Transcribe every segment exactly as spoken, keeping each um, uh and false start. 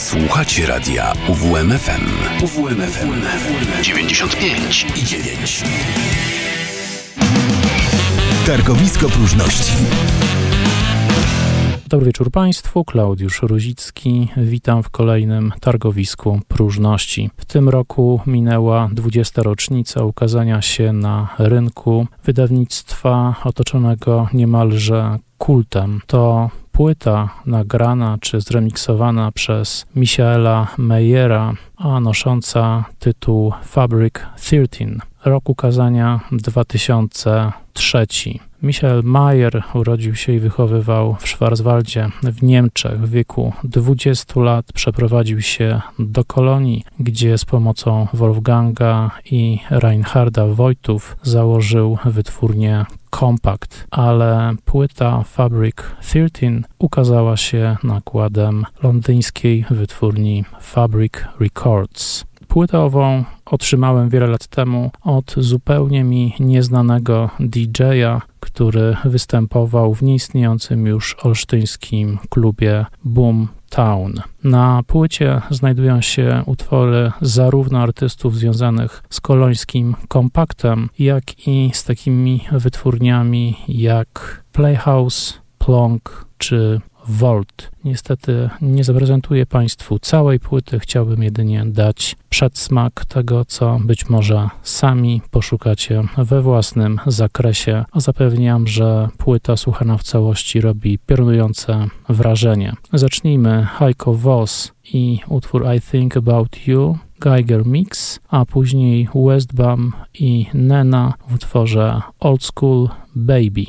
Słuchacie radia U W M F M. U W M F M dziewięćdziesiąt pięć i dziewięć. Targowisko próżności. Dobry wieczór Państwu, Klaudiusz Ruzicki. Witam w kolejnym Targowisku Próżności. W tym roku minęła dwudziesta rocznica ukazania się na rynku wydawnictwa otoczonego niemalże kultem. To płyta nagrana czy zremiksowana przez Michaela Mayera, a nosząca tytuł Fabric trzynaście. Rok ukazania dwa tysiące trzeci. Michael Mayer urodził się i wychowywał w Schwarzwaldzie w Niemczech. W wieku dwudziestu lat przeprowadził się do Kolonii, gdzie z pomocą Wolfganga i Reinharda Voigtów założył wytwórnię Compact, ale płyta Fabric trzynaście ukazała się nakładem londyńskiej wytwórni Fabric Records. Płytę ową otrzymałem wiele lat temu od zupełnie mi nieznanego D J-a, który występował w nieistniejącym już olsztyńskim klubie Boom Town. Na płycie znajdują się utwory zarówno artystów związanych z kolońskim Compactem, jak i z takimi wytwórniami jak Playhouse, Plonk czy Volt. Niestety nie zaprezentuję Państwu całej płyty, chciałbym jedynie dać przedsmak tego, co być może sami poszukacie we własnym zakresie, a zapewniam, że płyta słuchana w całości robi piorunujące wrażenie. Zacznijmy Heiko Voss i utwór I Think About You, Geiger Mix, a później Westbam i Nena w utworze Old School Baby.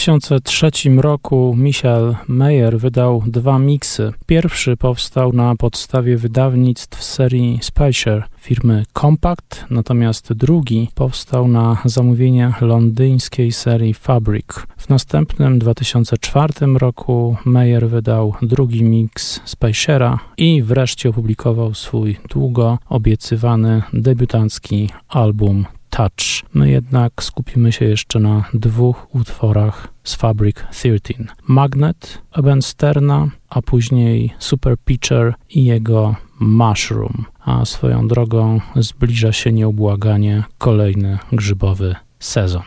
tysiące trzecim roku Michael Mayer wydał dwa miksy. Pierwszy powstał na podstawie wydawnictw serii Speicher firmy Compact, natomiast drugi powstał na zamówienie londyńskiej serii Fabric. W następnym dwa tysiące czwartym roku Mayer wydał drugi miks Speichera i wreszcie opublikował swój długo obiecywany debiutancki album Touch. My jednak skupimy się jeszcze na dwóch utworach z Fabric trzynaście. Magnet Eben Sterna, a później Super Pitcher i jego Mushroom. A swoją drogą zbliża się nieubłaganie kolejny grzybowy sezon.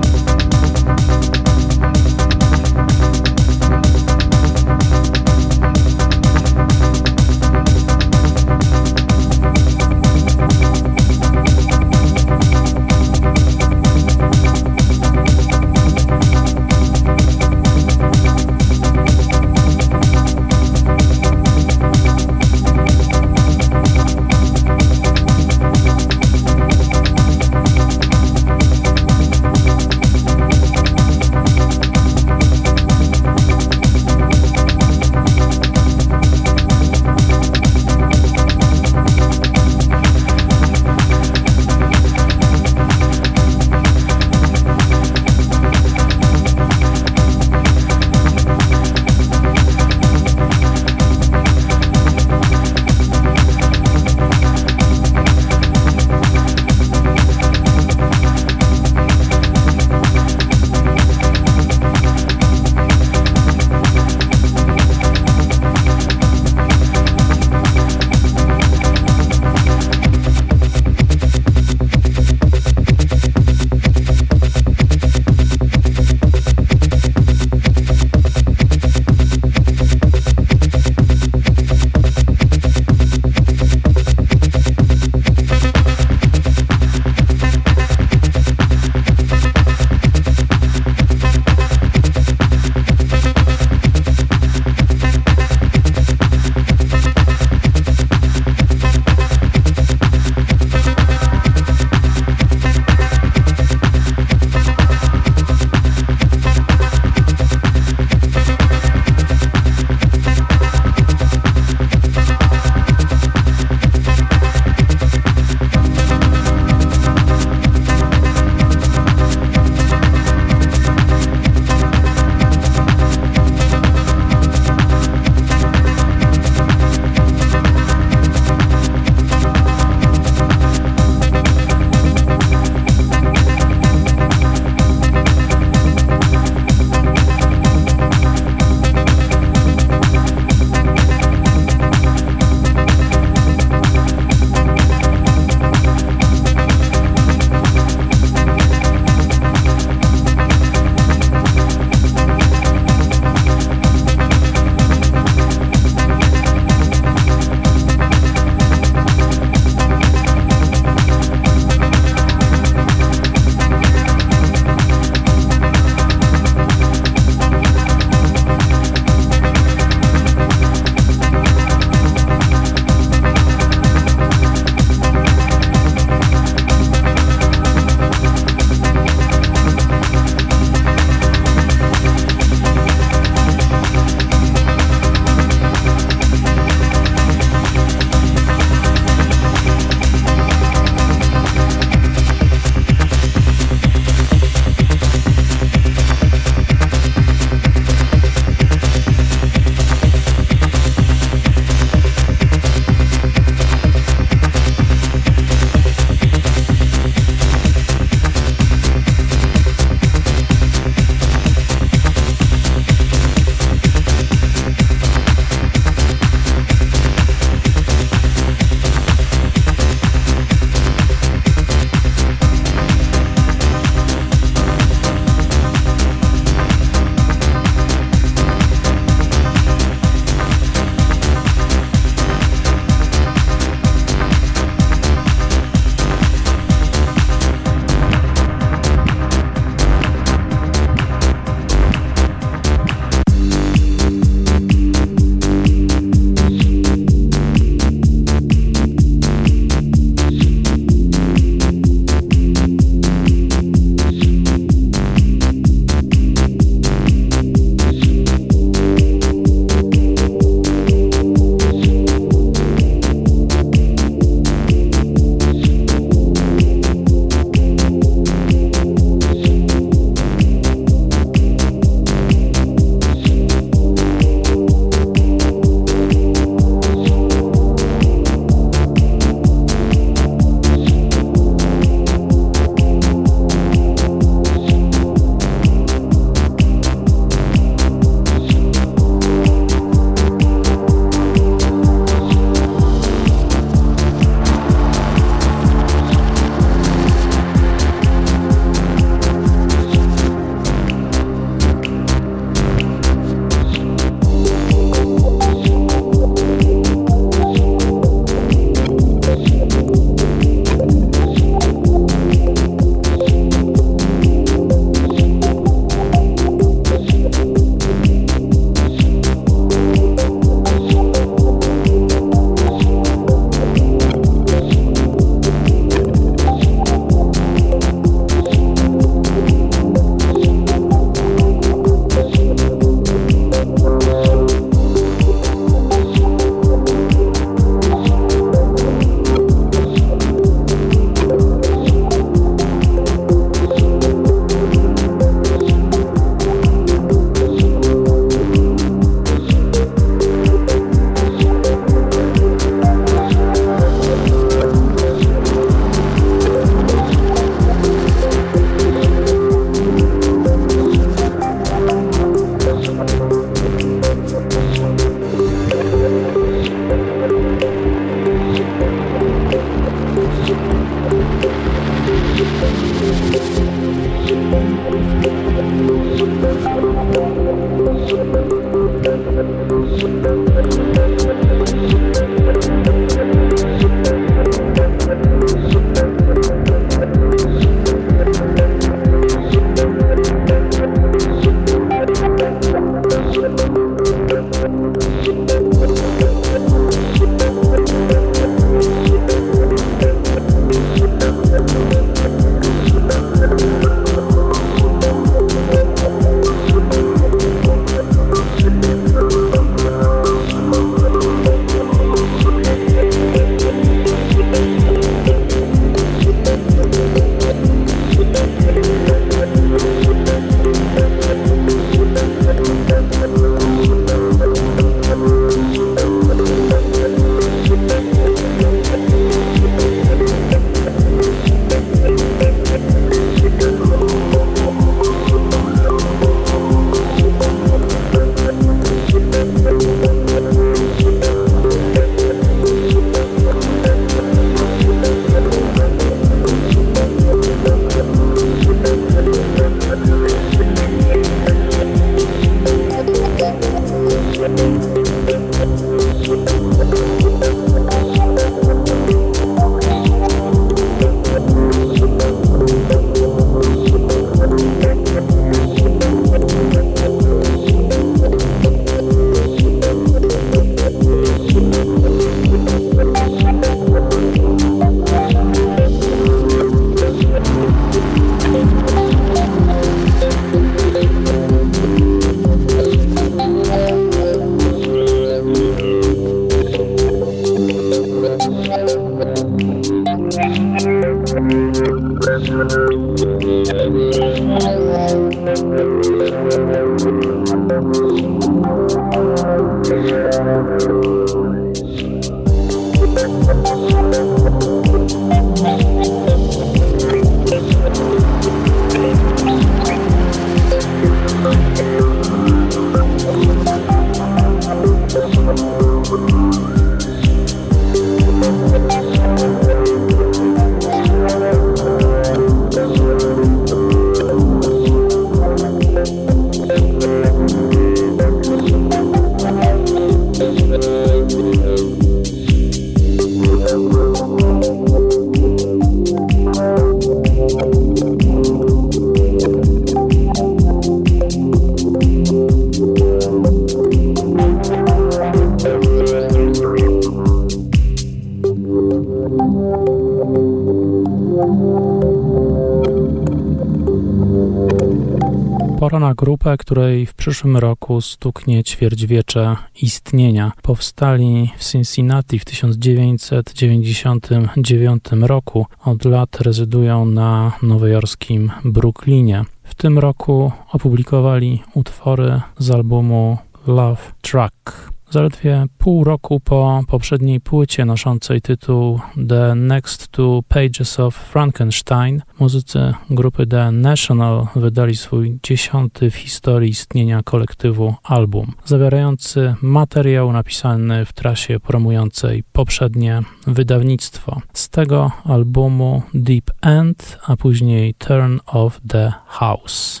Pora na grupę, której w przyszłym roku stuknie ćwierćwiecze istnienia. Powstali w Cincinnati w tysiąc dziewięćset dziewięćdziesiątym dziewiątym roku. Od lat rezydują na nowojorskim Brooklynie. W tym roku opublikowali utwory z albumu Love Track. Zaledwie pół roku po poprzedniej płycie noszącej tytuł The Next Two Pages of Frankenstein muzycy grupy The National wydali swój dziesiąty w historii istnienia kolektywu album, zawierający materiał napisany w trasie promującej poprzednie wydawnictwo. Z tego albumu Deep End, a później Turn of the House.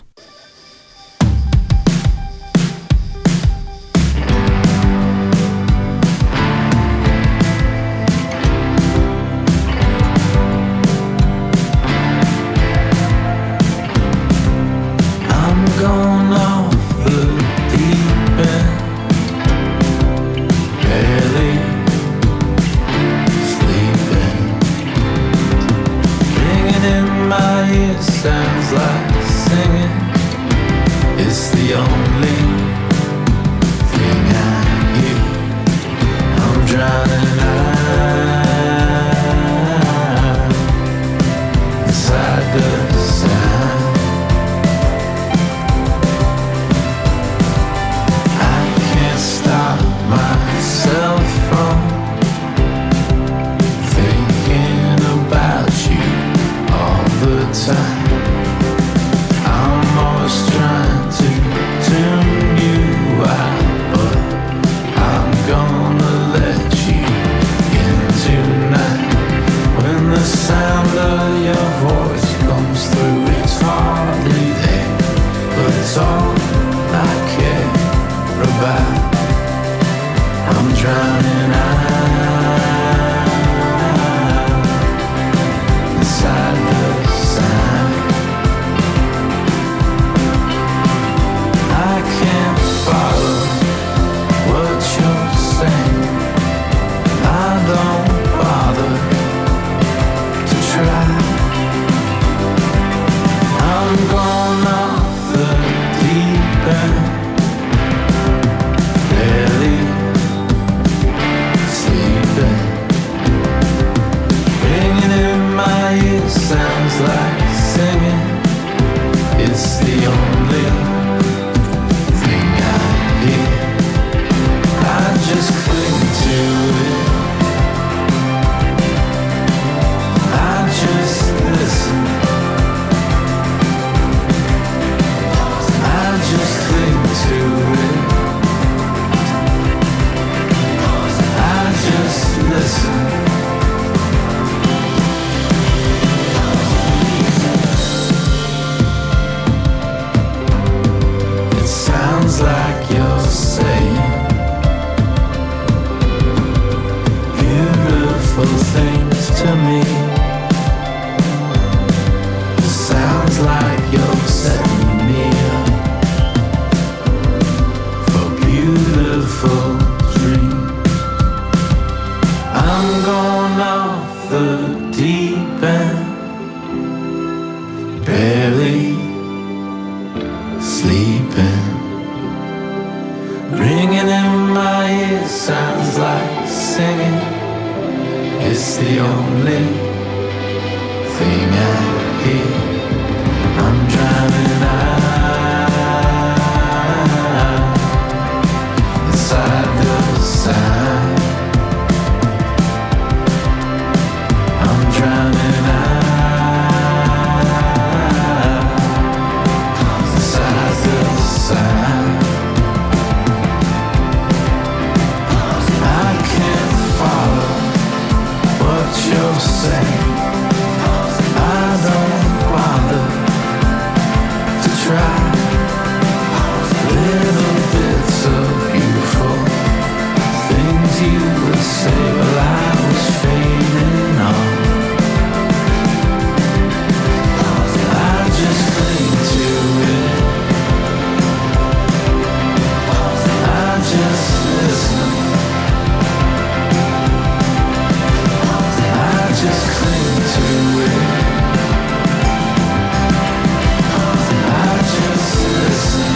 Gone off the deep end, barely sleeping. Ringing in my ears sounds like singing. It's the only thing I hear. I'm drowning out inside the sound. Stop myself from thinking about you all the time. I'm always trying to tune you out, but I'm gonna let you in tonight. When the sound of your voice comes through, it's hardly there, but it's all I care about. I'm drowning out inside the sound. I can't follow what you're saying. I don't bother to try. I'm gone off the deep end. Barely ringing in my ears sounds like singing. It's the only thing I hear. I just cling to it. I just listen. I just cling to it. I just listen. Sounds like you're saying beautiful things to me. Sounds like you're setting me up for beautiful dreams. I'm going off the deep end, barely sleeping. Ringing in my ears sounds like singing. it's the only thing I hear. I'm drowning out inside the sound. I'm drowning out inside the sound. I can't follow what you're saying. I don't bother to try. Little bits of beautiful things you would say while I was fading on. I just cling to it. I just listen. I just cling to it. I just listen.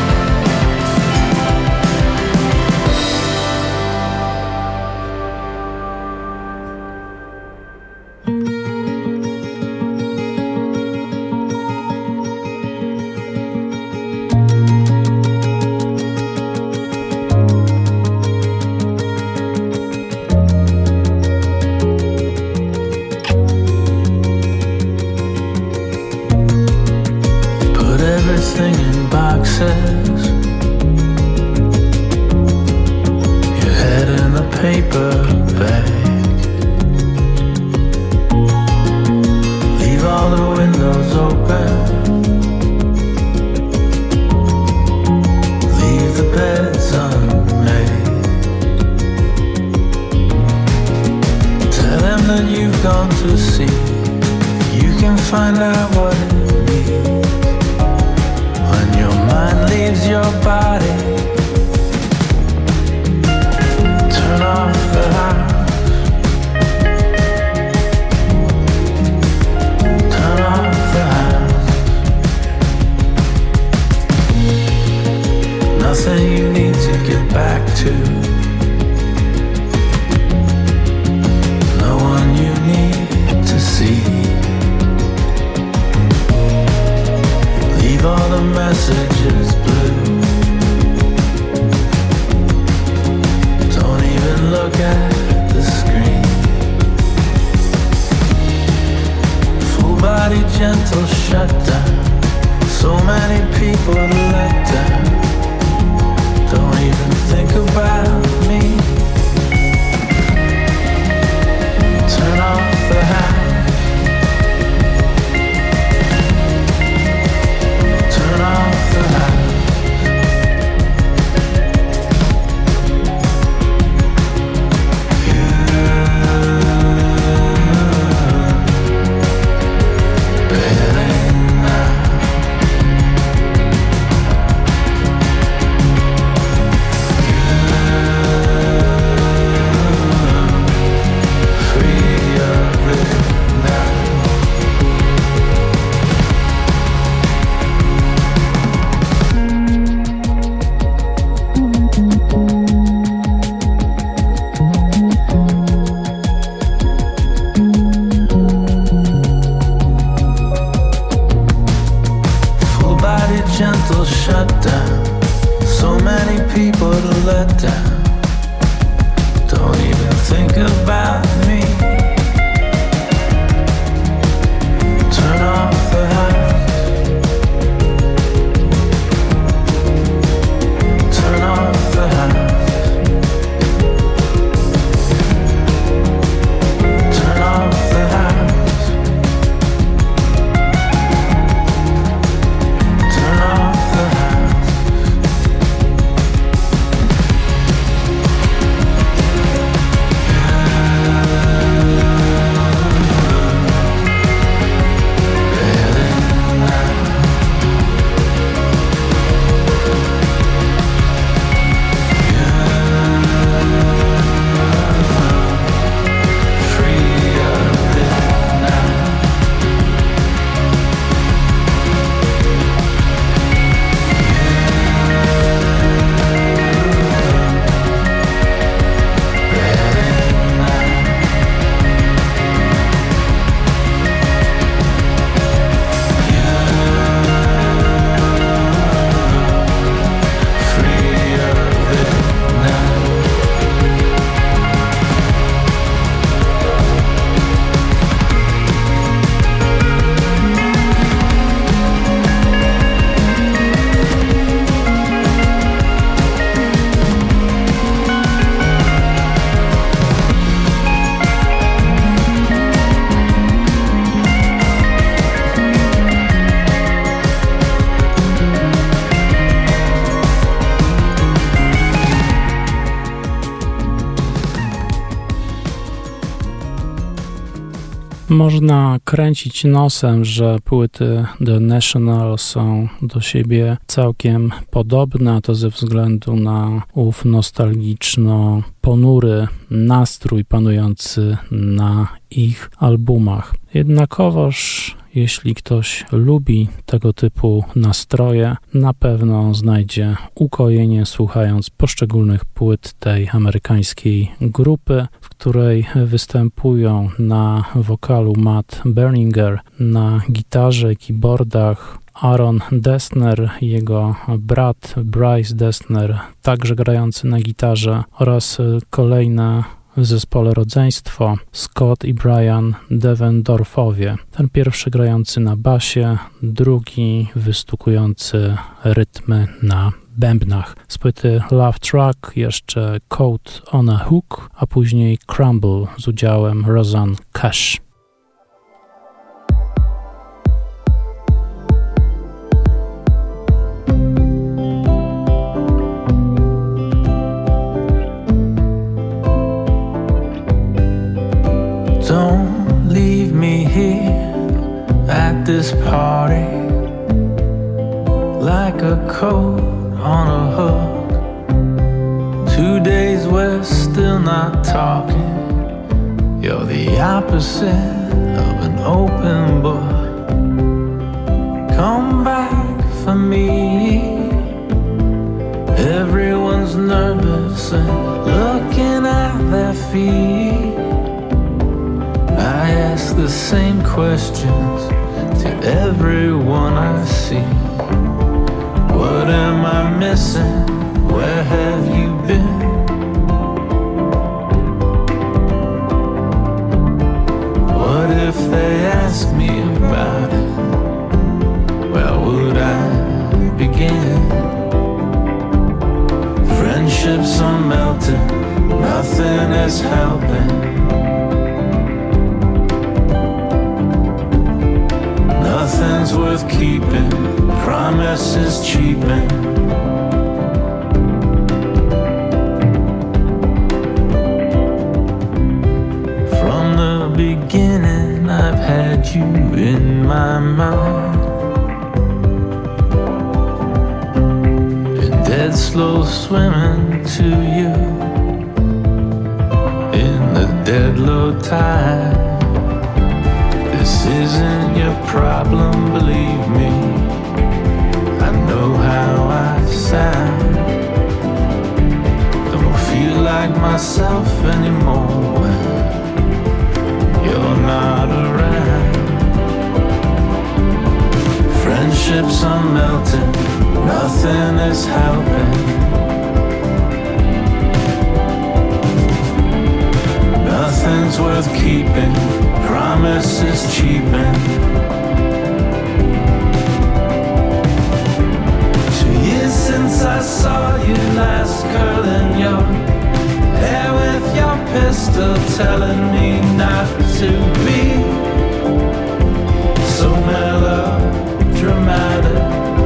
Put everything in boxes. Your head in a paper bag. Leave all the windows open. Leave the beds unmade. Tell them that you've gone to see. You can find out what it means when your mind leaves your body. Turn off the house. Turn off the house. Nothing you need to get back to. No one you need to see. Leave all the messages blue. Don't even look at the screen. Full body gentle shutdown. So many people to let down. Don't even think about me. Turn off the house. Turn off the house. Bailing now. Free of it now. Full body gentle shutdown. So many people to let down. Don't even think about me. Turn off the house. Turn off the house. Turn off the house. Turn off the house. Można kręcić nosem, że płyty The National są do siebie całkiem podobne, a to ze względu na ów nostalgiczno-ponury nastrój panujący na ich albumach. Jednakowoż jeśli ktoś lubi tego typu nastroje, na pewno znajdzie ukojenie słuchając poszczególnych płyt tej amerykańskiej grupy, w której występują na wokalu Matt Berninger, na gitarze i keyboardach Aaron Dessner, jego brat Bryce Dessner, także grający na gitarze, oraz kolejne w zespole rodzeństwo Scott i Brian Devendorfowie. Ten pierwszy grający na basie, drugi wystukujący rytmy na bębnach. Z płyty Love Truck jeszcze Code on a Hook, a później Crumble z udziałem Rosanne Cash. Don't leave me here at this party like a coat on a hook. Two days we're still not talking. You're the opposite of an open book. Come back for me. Everyone's nervous and looking at their feet. I ask the same questions to everyone I see. What am I missing? Where have you been? What if they ask me about it? Where would I begin? Friendships are melting, nothing is helping. Nothing's worth keeping, promises cheapen. From the beginning I've had you in my mind. Been dead slow swimming to you in the dead low tide. This isn't your problem, believe me. I know how I sound. Don't feel like myself anymore when you're not around. Friendships are melting, nothing is helping. Nothing's worth keeping, promises cheapen. Two years since I saw you last, curling your hair with your pistol, telling me not to be so melodramatic.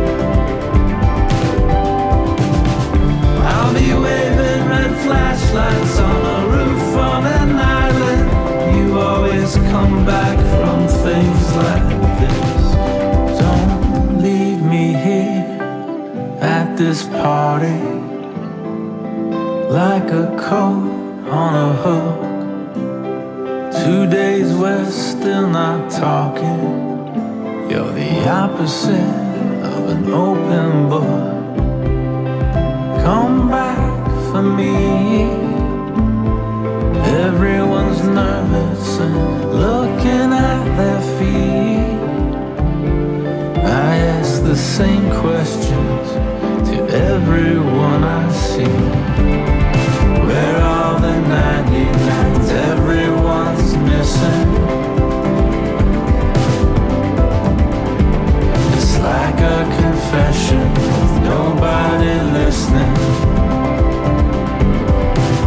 I'll be waving red flashlights on a roof on an island. You always come back from things like this. Don't leave me here at this party like a coat on a hook. Two days we're still not talking. You're the opposite of an open book. Come back for me. Everyone's nervous and looking at their feet. I ask the same questions to everyone I see. Where are the ninety-nines everyone's missing? It's like a confession with nobody listening.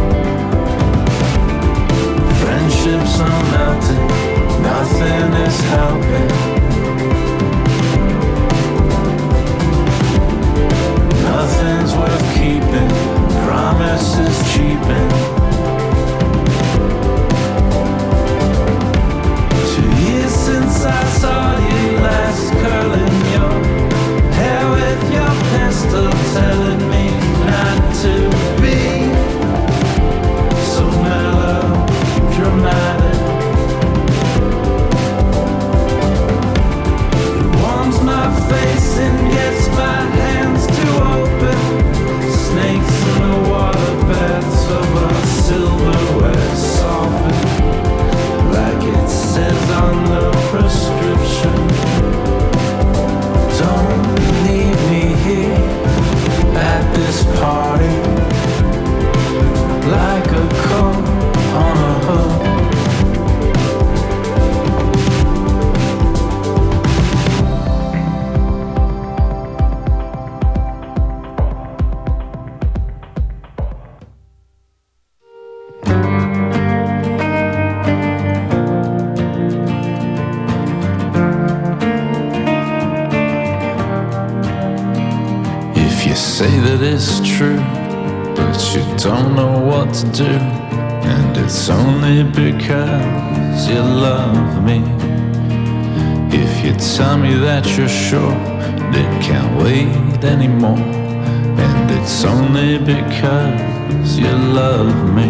it is true, but you don't know what to do, and it's only because you love me. If you tell me that you're sure that can't wait anymore, and it's only because you love me.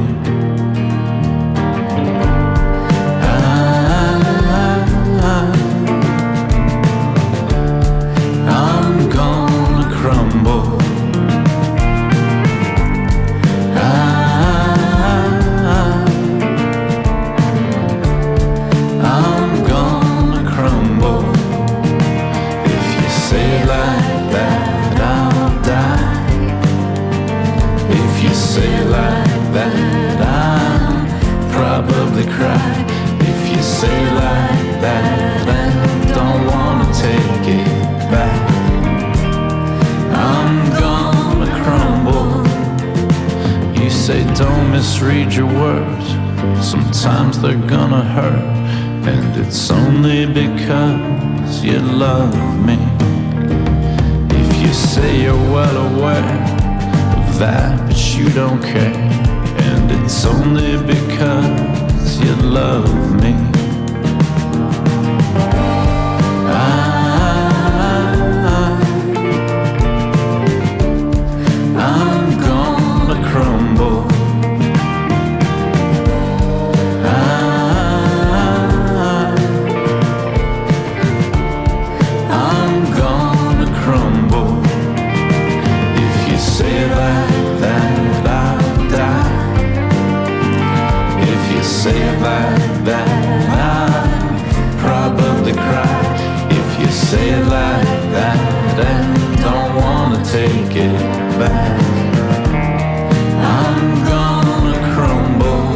Cry if you say like that and don't wanna take it back. I'm gonna crumble. You say don't misread your words, sometimes they're gonna hurt, and it's only because you love me. If you say you're well aware of that but you don't care, and it's only because you love me. I, I'm gonna crumble. I, I'm gonna crumble. If you say like that, I'll die. If you say it like that, I'll probably cry. If you say it like that and don't wanna take it back, I'm gonna crumble.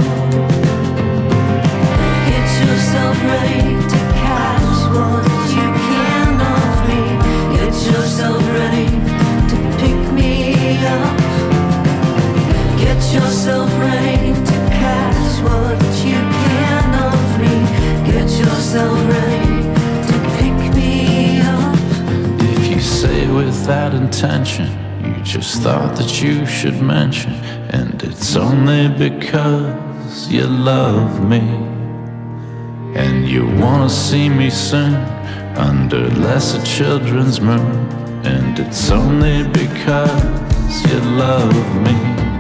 Get yourself ready to catch what you can of me. Get yourself ready to pick me up. Get yourself ready to catch what you can of me. Get yourself ready to pick me up. If you say with that intention, you just thought that you should mention, and it's only because you love me, and you wanna see me soon under lesser children's moon, and it's only because you love me.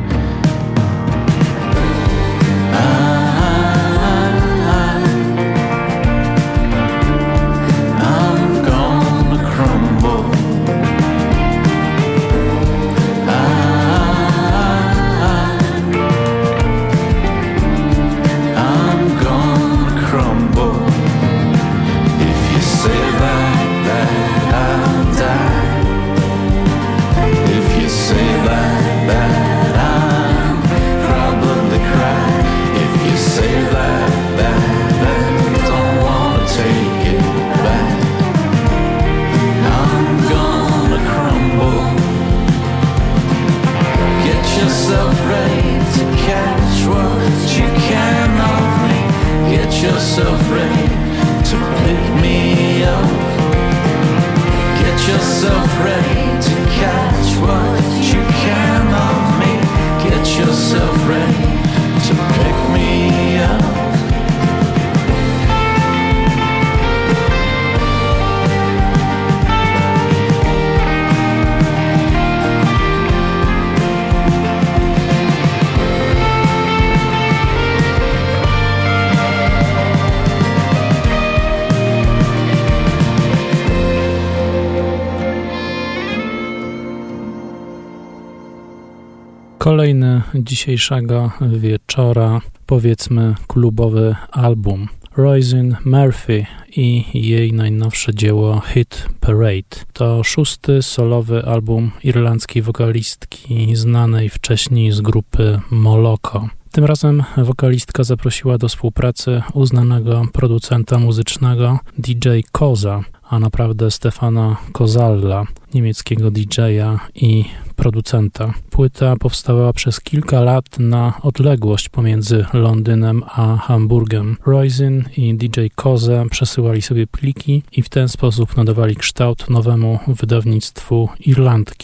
Kolejny dzisiejszego wieczora, powiedzmy, klubowy album. Roisin Murphy i jej najnowsze dzieło Hit Parade. To szósty solowy album irlandzkiej wokalistki znanej wcześniej z grupy Moloko. Tym razem wokalistka zaprosiła do współpracy uznanego producenta muzycznego D J Koza, a naprawdę Stefana Kozalla, niemieckiego D J-a i producenta. Płyta powstała przez kilka lat na odległość pomiędzy Londynem a Hamburgiem. Roisin i D J Koza przesyłali sobie pliki i w ten sposób nadawali kształt nowemu wydawnictwu Irlandki.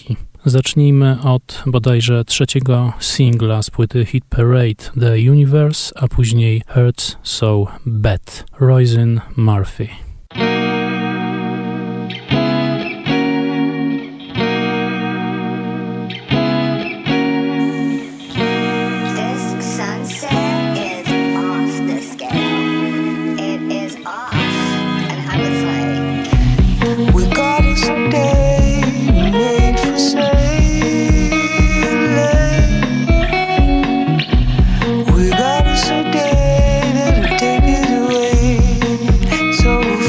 Zacznijmy od bodajże trzeciego singla z płyty Hit Parade The Universe, a później Hurts So Bad, Roisin Murphy. So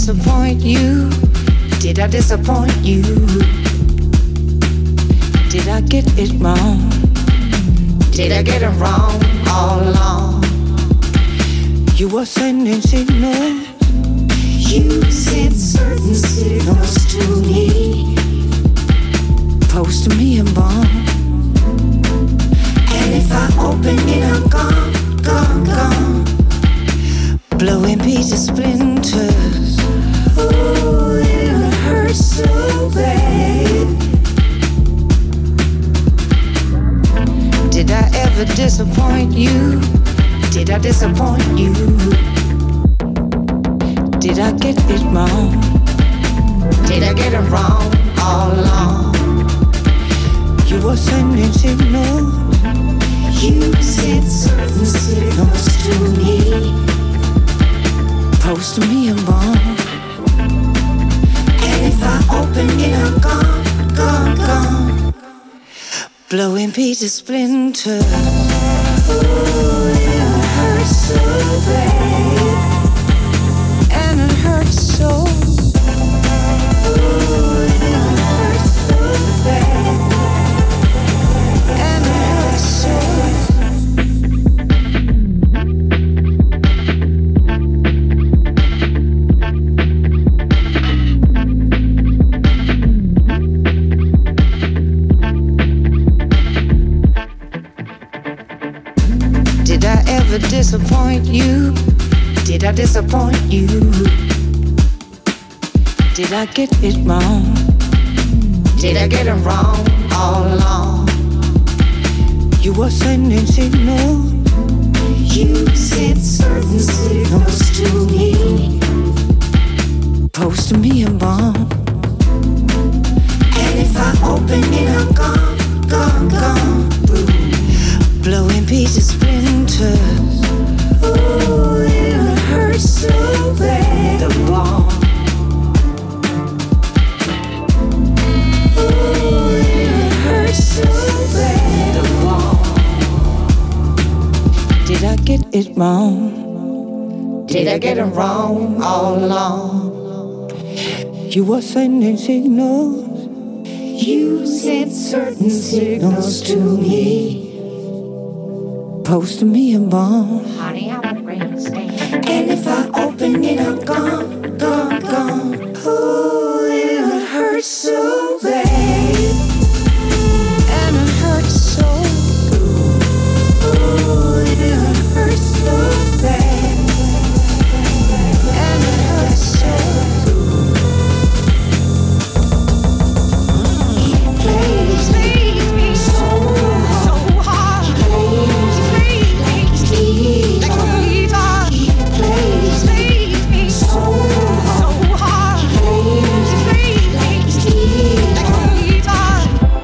disappoint you? Did I disappoint you? Did I get it wrong? Did I get it wrong all along? You were sending signals. You sent certain signals to me, post me and bomb. And if I open it, I'm gone, gone, gone. Blowing pieces, splinters. Ooh, it hurts so bad. Did I ever disappoint you? Did I disappoint you? Did I get it wrong? Did I get it wrong all along? You were sending signals. You sent certain signals to me, post me and bomb. And if I open it, I'm gone, gone, gone. Blowing pieces, splinters. Ooh, it hurts so bad. And it hurts so. Ooh, it hurts so bad. And it hurts so. Did I ever disappoint you? Did I disappoint you? Did I get it wrong? Did I get it wrong all along? You were sending signals. You sent certain signals to me, post me and bomb. And if I open it, I'm gone, gone, gone. Boom. Blowing pieces, splinters. Ooh, it hurts so bad. The bomb. Ooh, it hurts so bad. The bomb. Did I get it wrong? Did I get it wrong all along? You were sending signals. You sent certain signals to me, post me and bomb. Honey, I'm a rain stain. And if I open it, I'm gone, gone, gone. Ooh, it hurts so bad. And it hurts so. Ooh, it hurts so bad. And it hurts so. He plays me so hard. He plays me like a guitar. He plays me so hard. He plays me like a guitar.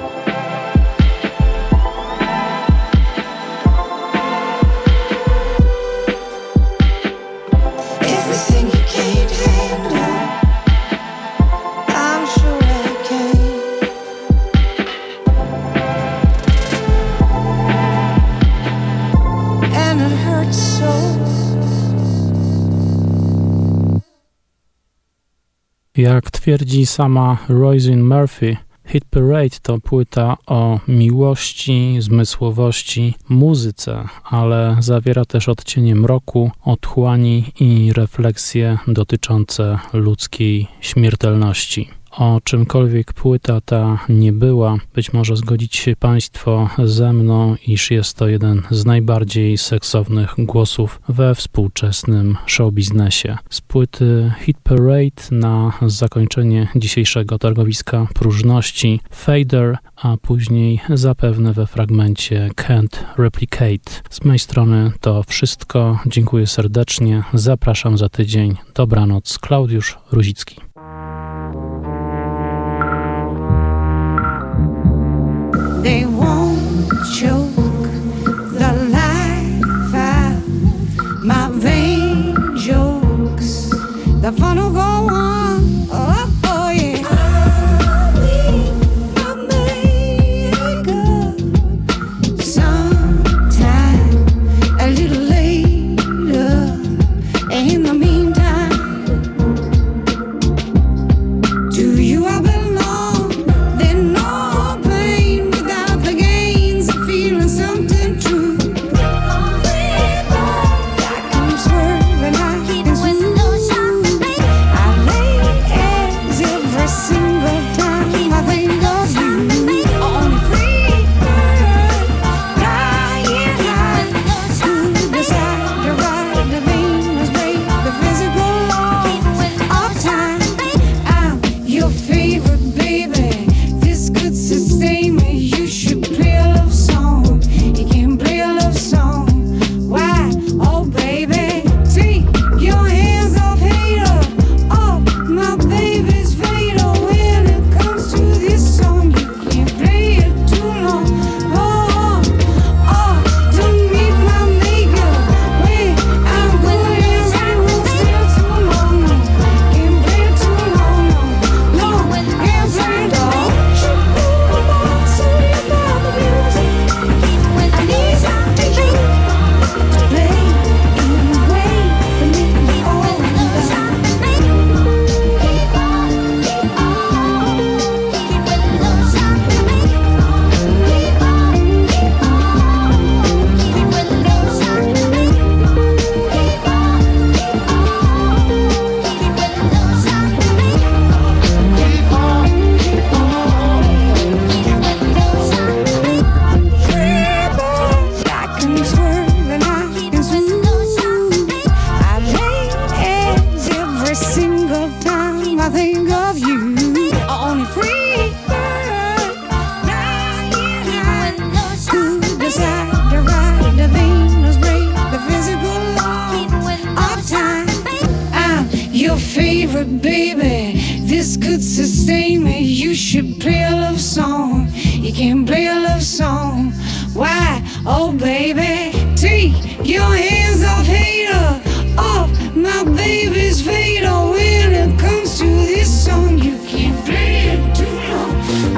Everything you can't handle, I'm sure I can. And it hurts so. Jak twierdzi sama Roisin Murphy, Hit Parade to płyta o miłości, zmysłowości, muzyce, ale zawiera też odcienie mroku, otchłani i refleksje dotyczące ludzkiej śmiertelności. O czymkolwiek płyta ta nie była, być może zgodzić się Państwo ze mną, iż jest to jeden z najbardziej seksownych głosów we współczesnym showbiznesie. Z płyty Hit Parade na zakończenie dzisiejszego targowiska próżności Fader, a później zapewne we fragmencie Can't Replicate. Z mojej strony to wszystko. Dziękuję serdecznie. Zapraszam za tydzień. Dobranoc. Klaudiusz Ruzicki. They won't choke the life out my vein jokes. The fun will go on. Oh, oh yeah. I'll be my maker sometime a little later. In the meantime, but baby, this could sustain me. You should play a love song. You can't play a love song. Why? Oh baby, take your hands off hater, off my baby's fader. When it comes to this song, you can't play it too long.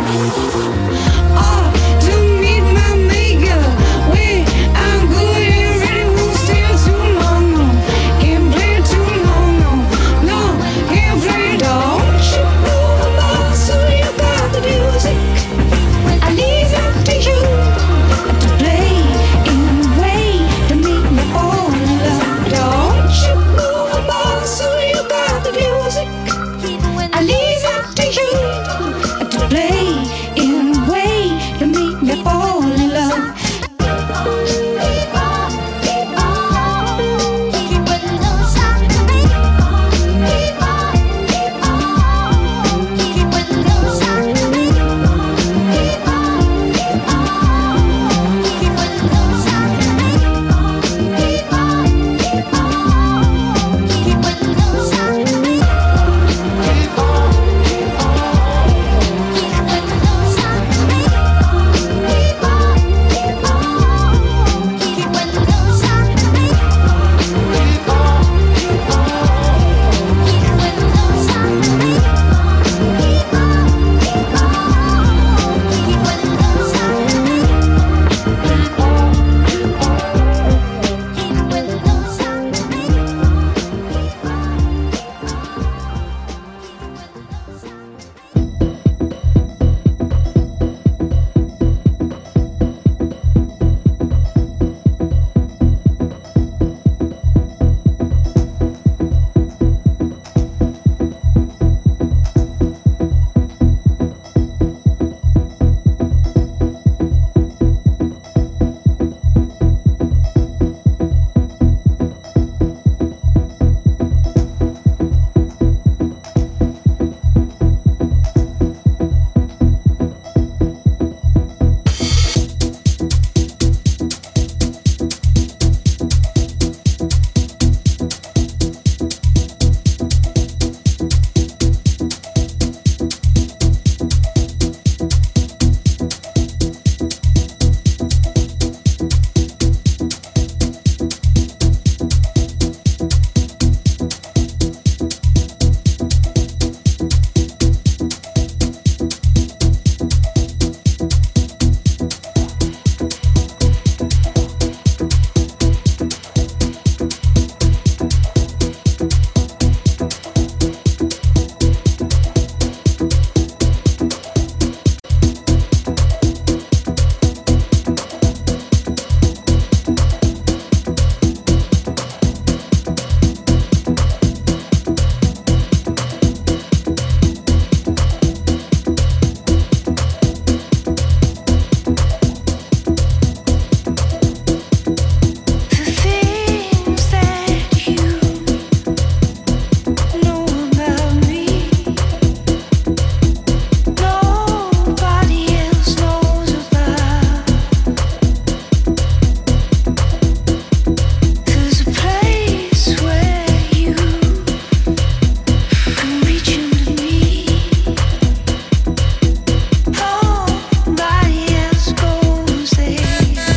Oh, to meet my maker, when I'm good and ready, won't stay too long. No, can't play it too long. No, no, can't play it. Don't you move the ball, so you got the music. I leave it to you to play in a way to make me fall in love. Don't you move the ball, so you got the music. I leave it to you to play in a way to make me fall in love.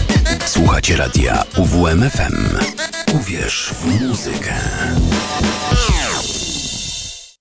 Radia U W M F M. Uwierz w muzykę.